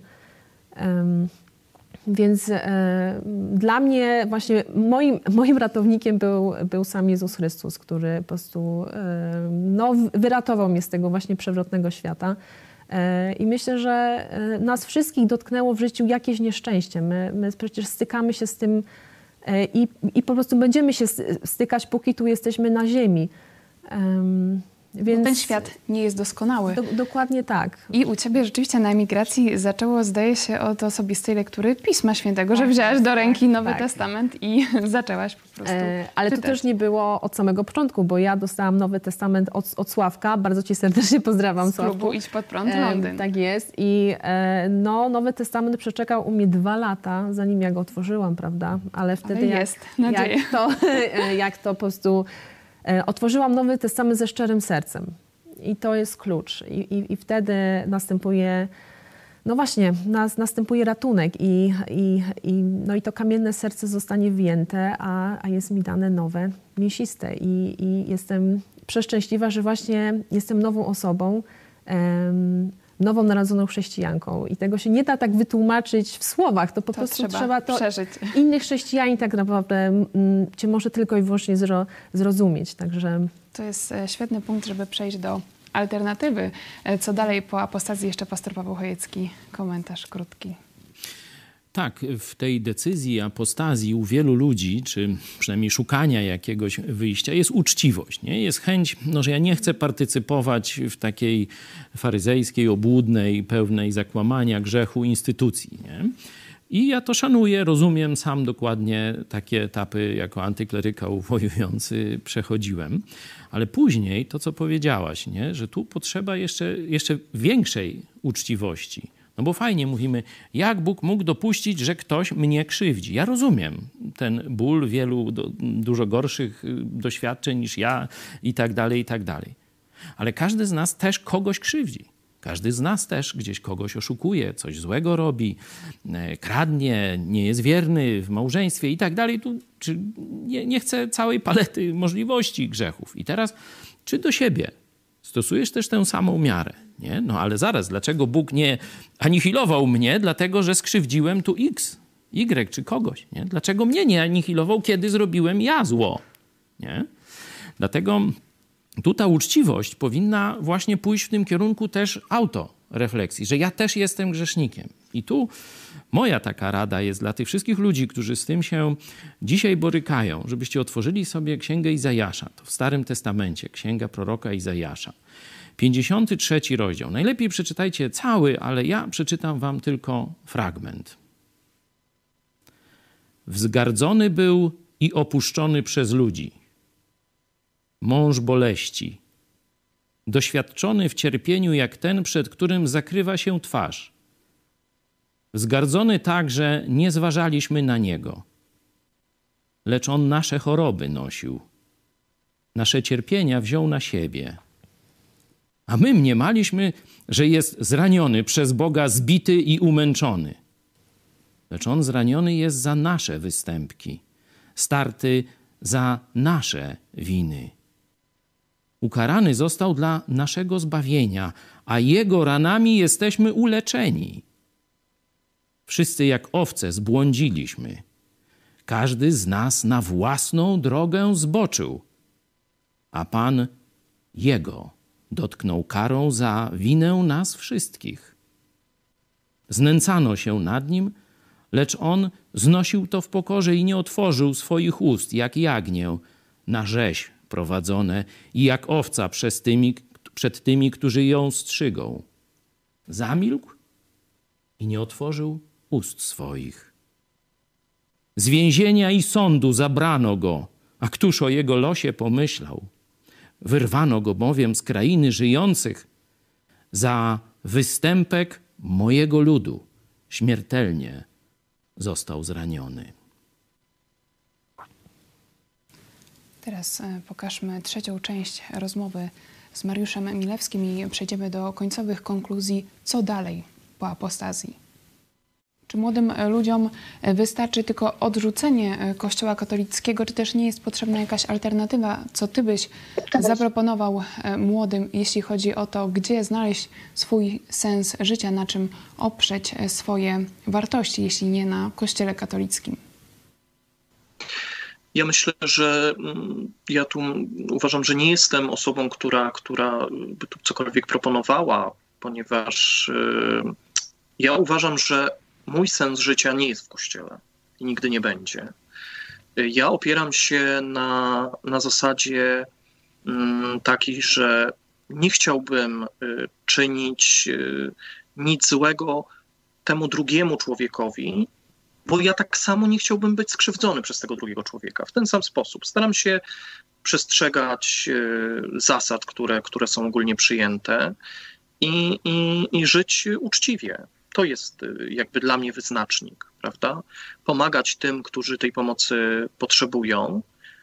Więc dla mnie właśnie moim ratownikiem był sam Jezus Chrystus, który po prostu no, wyratował mnie z tego właśnie przewrotnego świata. I myślę, że nas wszystkich dotknęło w życiu jakieś nieszczęście. My przecież stykamy się z tym i po prostu będziemy się stykać, póki tu jesteśmy na ziemi. Więc ten świat nie jest doskonały. Dokładnie tak. I u Ciebie rzeczywiście na emigracji zaczęło, zdaje się, od osobistej lektury Pisma Świętego, że wzięłaś do ręki Nowy Testament i zaczęłaś po prostu ale czytać. to też nie było od samego początku, bo ja dostałam Nowy Testament od Sławka. Bardzo Cię serdecznie pozdrawiam, z klubu Sławku. Idź pod prąd Londyn. Tak jest. I no, Nowy Testament przeczekał u mnie 2 lata, zanim ja go otworzyłam, prawda? Ale wtedy jest nadzieja. jak to po prostu... Otworzyłam Nowy Testament ze szczerym sercem i to jest klucz. I wtedy następuje, no właśnie, następuje ratunek no i to kamienne serce zostanie wyjęte, a jest mi dane nowe, mięsiste. I jestem przeszczęśliwa, że właśnie jestem nową osobą, nową narodzoną chrześcijanką. I tego się nie da tak wytłumaczyć w słowach. To po prostu trzeba to przeżyć. Inny chrześcijanin tak naprawdę Cię może tylko i wyłącznie zrozumieć. Także... To jest świetny punkt, żeby przejść do alternatywy. Co dalej po apostazji? Jeszcze pastor Paweł Chojecki, komentarz krótki. Tak, w tej decyzji apostazji u wielu ludzi, czy przynajmniej szukania jakiegoś wyjścia, jest uczciwość, nie? Jest chęć, że ja nie chcę partycypować w takiej faryzejskiej, obłudnej, pełnej zakłamania, grzechu instytucji, nie? I ja to szanuję, rozumiem, sam dokładnie takie etapy jako antyklerykał wojujący przechodziłem. Ale później to, co powiedziałaś, nie? Że tu potrzeba jeszcze większej uczciwości. No bo fajnie mówimy, jak Bóg mógł dopuścić, że ktoś mnie krzywdzi. Ja rozumiem ten ból wielu dużo gorszych doświadczeń niż ja i tak dalej, i tak dalej. Ale każdy z nas też kogoś krzywdzi. Każdy z nas też gdzieś kogoś oszukuje, coś złego robi, kradnie, nie jest wierny w małżeństwie i tak dalej. Tu, czy nie chce całej palety możliwości grzechów. I teraz, czy do siebie stosujesz też tę samą miarę? Nie? No ale zaraz, dlaczego Bóg nie anihilował mnie? Dlatego, że skrzywdziłem tu X, Y czy kogoś. Nie? Dlaczego mnie nie anihilował, kiedy zrobiłem ja zło? Nie? Dlatego tu ta uczciwość powinna właśnie pójść w tym kierunku też autorefleksji, że ja też jestem grzesznikiem. I tu moja taka rada jest dla tych wszystkich ludzi, którzy z tym się dzisiaj borykają, żebyście otworzyli sobie Księgę Izajasza, to w Starym Testamencie, Księga proroka Izajasza. 53 rozdział. Najlepiej przeczytajcie cały, ale ja przeczytam wam tylko fragment. Wzgardzony był i opuszczony przez ludzi. Mąż boleści. Doświadczony w cierpieniu jak ten, przed którym zakrywa się twarz. Wzgardzony tak, że nie zważaliśmy na niego. Lecz on nasze choroby nosił. Nasze cierpienia wziął na siebie. A my mniemaliśmy, że jest zraniony przez Boga, zbity i umęczony. Lecz on zraniony jest za nasze występki, starty za nasze winy. Ukarany został dla naszego zbawienia, a jego ranami jesteśmy uleczeni. Wszyscy jak owce zbłądziliśmy. Każdy z nas na własną drogę zboczył, a Pan jego dotknął karą za winę nas wszystkich. Znęcano się nad nim, lecz on znosił to w pokorze i nie otworzył swoich ust, jak jagnię na rzeź prowadzone i jak owca przed tymi, którzy ją strzygą. Zamilkł i nie otworzył ust swoich. Z więzienia i sądu zabrano go, a któż o jego losie pomyślał? Wyrwano go bowiem z krainy żyjących za występek mojego ludu. Śmiertelnie został zraniony. Teraz pokażmy trzecią część rozmowy z Mariuszem Milewskim i przejdziemy do końcowych konkluzji, co dalej po apostazji. Czy młodym ludziom wystarczy tylko odrzucenie Kościoła katolickiego, czy też nie jest potrzebna jakaś alternatywa? Co ty byś zaproponował młodym, jeśli chodzi o to, gdzie znaleźć swój sens życia, na czym oprzeć swoje wartości, jeśli nie na Kościele katolickim? Ja myślę, że ja tu uważam, że nie jestem osobą, która by tu cokolwiek proponowała, ponieważ ja uważam, że mój sens życia nie jest w Kościele i nigdy nie będzie. Ja opieram się na zasadzie takiej, że nie chciałbym czynić nic złego temu drugiemu człowiekowi, bo ja tak samo nie chciałbym być skrzywdzony przez tego drugiego człowieka. W ten sam sposób staram się przestrzegać zasad, które są ogólnie przyjęte i żyć uczciwie. To jest jakby dla mnie wyznacznik, prawda? Pomagać tym, którzy tej pomocy potrzebują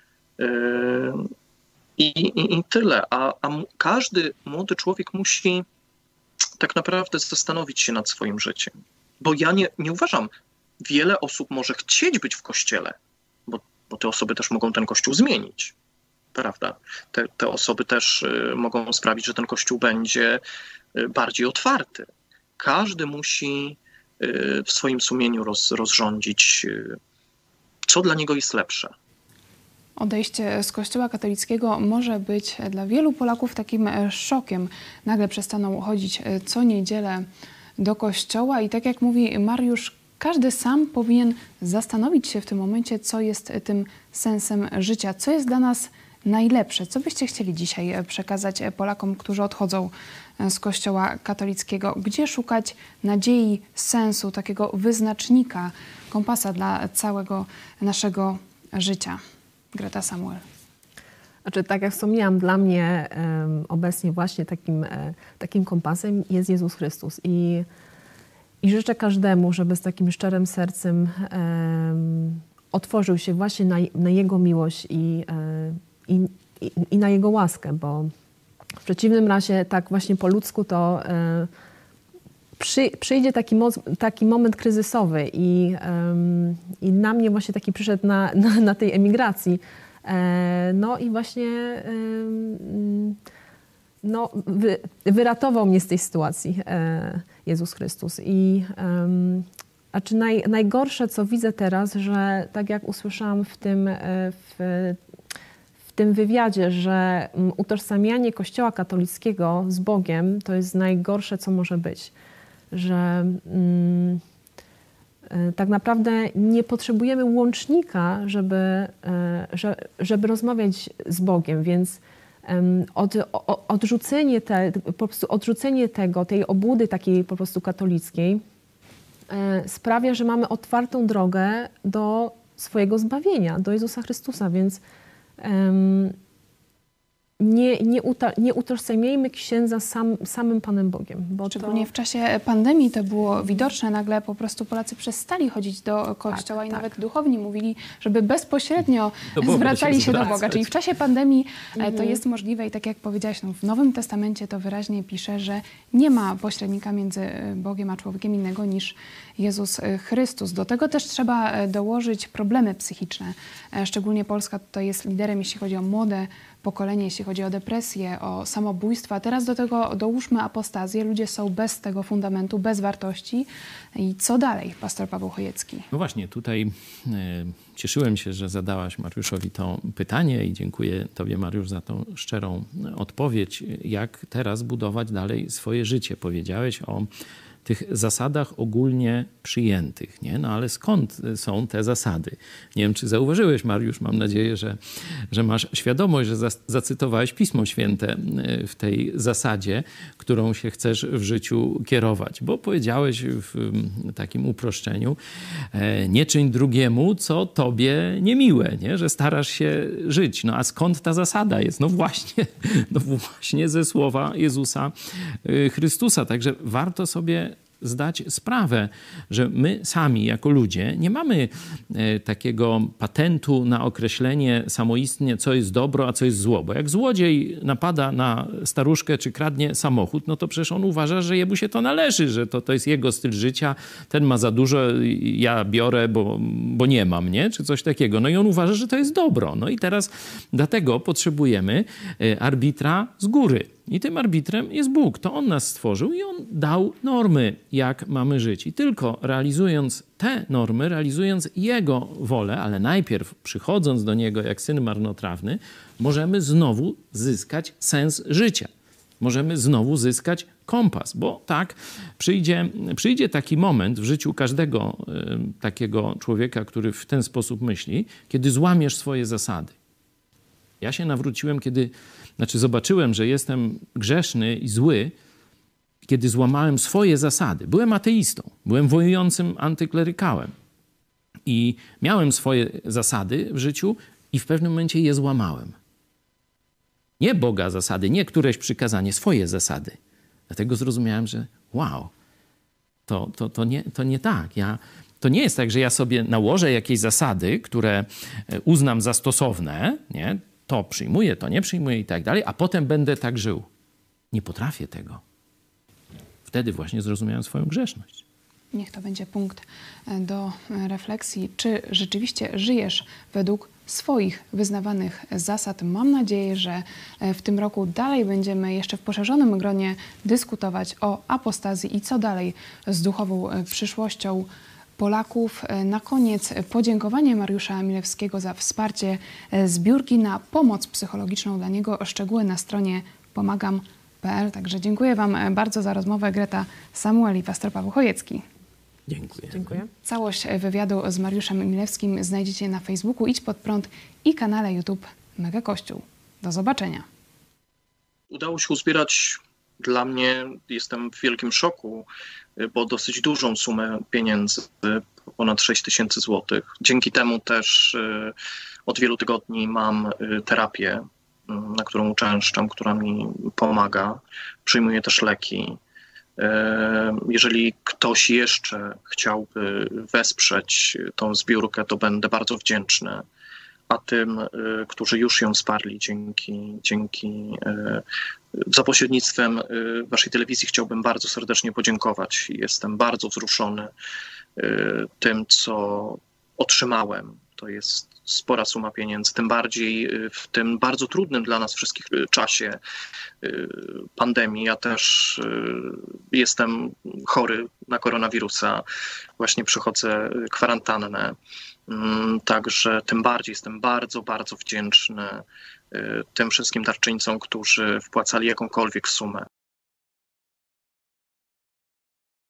i tyle. A każdy młody człowiek musi tak naprawdę zastanowić się nad swoim życiem. Bo ja nie uważam, wiele osób może chcieć być w Kościele, bo te osoby też mogą ten Kościół zmienić, prawda? Te osoby też mogą sprawić, że ten Kościół będzie bardziej otwarty. Każdy musi w swoim sumieniu rozrządzić, co dla niego jest lepsze. Odejście z Kościoła katolickiego może być dla wielu Polaków takim szokiem. Nagle przestaną chodzić co niedzielę do kościoła i tak jak mówi Mariusz, każdy sam powinien zastanowić się w tym momencie, co jest tym sensem życia, co jest dla nas najlepsze. Co byście chcieli dzisiaj przekazać Polakom, którzy odchodzą z Kościoła katolickiego? Gdzie szukać nadziei, sensu, takiego wyznacznika, kompasa dla całego naszego życia? Greta Samuel. Znaczy, tak jak wspomniałam, dla mnie obecnie właśnie takim kompasem jest Jezus Chrystus. I życzę każdemu, żeby z takim szczerym sercem otworzył się właśnie na Jego miłość i na Jego łaskę, bo w przeciwnym razie tak właśnie po ludzku to przyjdzie taki moment kryzysowy i na mnie właśnie taki przyszedł na tej emigracji. No i właśnie wyratował mnie z tej sytuacji Jezus Chrystus. Znaczy najgorsze, co widzę teraz, że tak jak usłyszałam w tym wywiadzie, że utożsamianie Kościoła katolickiego z Bogiem to jest najgorsze, co może być. Że tak naprawdę nie potrzebujemy łącznika, żeby rozmawiać z Bogiem, więc odrzucenie tej obłudy takiej po prostu katolickiej sprawia, że mamy otwartą drogę do swojego zbawienia, do Jezusa Chrystusa, więc nie utożsamiajmy księdza samym Panem Bogiem. Szczególnie w czasie pandemii to było widoczne. Nagle po prostu Polacy przestali chodzić do kościoła i nawet duchowni mówili, żeby bezpośrednio zwracali się do Boga. Czyli w czasie pandemii to jest możliwe i tak jak powiedziałaś, w Nowym Testamencie to wyraźnie pisze, że nie ma pośrednika między Bogiem a człowiekiem innego niż Jezus Chrystus. Do tego też trzeba dołożyć problemy psychiczne. Szczególnie Polska tutaj jest liderem, jeśli chodzi o młode pokolenie, jeśli chodzi o depresję, o samobójstwa. Teraz do tego dołóżmy apostazję. Ludzie są bez tego fundamentu, bez wartości. I co dalej, pastor Paweł Chojecki? No właśnie, tutaj cieszyłem się, że zadałaś Mariuszowi to pytanie i dziękuję Tobie, Mariusz, za tą szczerą odpowiedź. Jak teraz budować dalej swoje życie? Powiedziałeś o tych zasadach ogólnie przyjętych, nie? No ale skąd są te zasady? Nie wiem, czy zauważyłeś, Mariusz, mam nadzieję, że masz świadomość, że zacytowałeś Pismo Święte w tej zasadzie, którą się chcesz w życiu kierować, bo powiedziałeś w takim uproszczeniu, nie czyń drugiemu, co tobie niemiłe, nie? Że starasz się żyć. No a skąd ta zasada jest? No właśnie ze słowa Jezusa Chrystusa. Także warto sobie zdać sprawę, że my sami jako ludzie nie mamy takiego patentu na określenie samoistnie, co jest dobro, a co jest zło. Bo jak złodziej napada na staruszkę czy kradnie samochód, no to przecież on uważa, że jemu się to należy, że to jest jego styl życia, ten ma za dużo, ja biorę, bo nie mam, nie? Czy coś takiego. No i on uważa, że to jest dobro. No i teraz dlatego potrzebujemy arbitra z góry. I tym arbitrem jest Bóg. To On nas stworzył i On dał normy, jak mamy żyć. I tylko realizując te normy, realizując Jego wolę, ale najpierw przychodząc do Niego jak syn marnotrawny, możemy znowu zyskać sens życia. Możemy znowu zyskać kompas, bo tak przyjdzie taki moment w życiu każdego takiego człowieka, który w ten sposób myśli, kiedy złamiesz swoje zasady. Ja się nawróciłem, zobaczyłem, że jestem grzeszny i zły, kiedy złamałem swoje zasady. Byłem ateistą, byłem wojującym antyklerykałem i miałem swoje zasady w życiu i w pewnym momencie je złamałem. Nie Boga zasady, nie któreś przykazanie, swoje zasady. Dlatego zrozumiałem, że wow, to nie tak. To nie jest tak, że ja sobie nałożę jakieś zasady, które uznam za stosowne, nie? To przyjmuję, to nie przyjmuję i tak dalej, a potem będę tak żył. Nie potrafię tego. Wtedy właśnie zrozumiałem swoją grzeszność. Niech to będzie punkt do refleksji. Czy rzeczywiście żyjesz według swoich wyznawanych zasad? Mam nadzieję, że w tym roku dalej będziemy jeszcze w poszerzonym gronie dyskutować o apostazji i co dalej z duchową przyszłością Polaków. Na koniec podziękowanie Mariusza Milewskiego za wsparcie zbiórki na pomoc psychologiczną dla niego. Szczegóły na stronie pomagam.pl. Także dziękuję Wam bardzo za rozmowę. Greta Samuel i pastor Paweł Chojecki. Dziękuję. Dziękuję. Całość wywiadu z Mariuszem Milewskim znajdziecie na Facebooku Idź Pod Prąd i kanale YouTube Mega Kościół. Do zobaczenia. Udało się uzbierać, dla mnie, jestem w wielkim szoku, bo dosyć dużą sumę pieniędzy, ponad 6 000 złotych. Dzięki temu też od wielu tygodni mam terapię, na którą uczęszczam, która mi pomaga. Przyjmuję też leki. Jeżeli ktoś jeszcze chciałby wesprzeć tą zbiórkę, to będę bardzo wdzięczny. A tym, którzy już ją wsparli dzięki za pośrednictwem waszej telewizji, chciałbym bardzo serdecznie podziękować. Jestem bardzo wzruszony tym, co otrzymałem. To jest spora suma pieniędzy, tym bardziej w tym bardzo trudnym dla nas wszystkich czasie pandemii. Ja też jestem chory na koronawirusa, właśnie przechodzę kwarantannę. Także tym bardziej jestem bardzo, bardzo wdzięczny tym wszystkim darczyńcom, którzy wpłacali jakąkolwiek sumę.